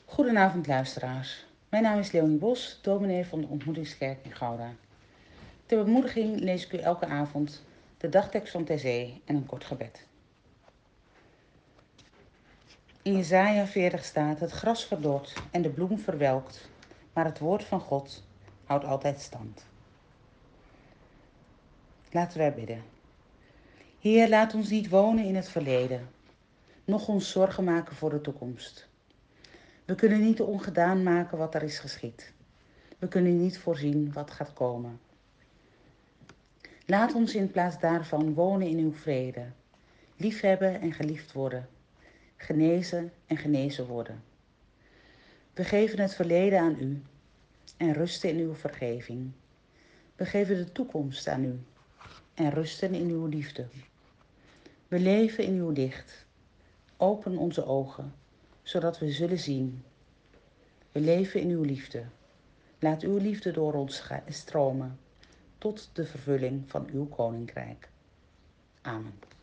Goedenavond luisteraars. Mijn naam is Leonie Bos, dominee van de Ontmoetingskerk in Gouda. Ter bemoediging lees ik u elke avond de dagtekst van Ter Zee en een kort gebed. In Jesaja 40 staat: het gras verdort en de bloem verwelkt, maar het woord van God houdt altijd stand. Laten wij bidden. Heer, laat ons niet wonen in het verleden, noch ons zorgen maken voor de toekomst. We kunnen niet ongedaan maken wat er is geschied. We kunnen niet voorzien wat gaat komen. Laat ons in plaats daarvan wonen in uw vrede, liefhebben en geliefd worden, genezen en genezen worden. We geven het verleden aan u en rusten in uw vergeving. We geven de toekomst aan u en rusten in uw liefde. We leven in uw licht. Open onze ogen, zodat we zullen zien. We leven in uw liefde. Laat uw liefde door ons stromen, tot de vervulling van uw koninkrijk. Amen.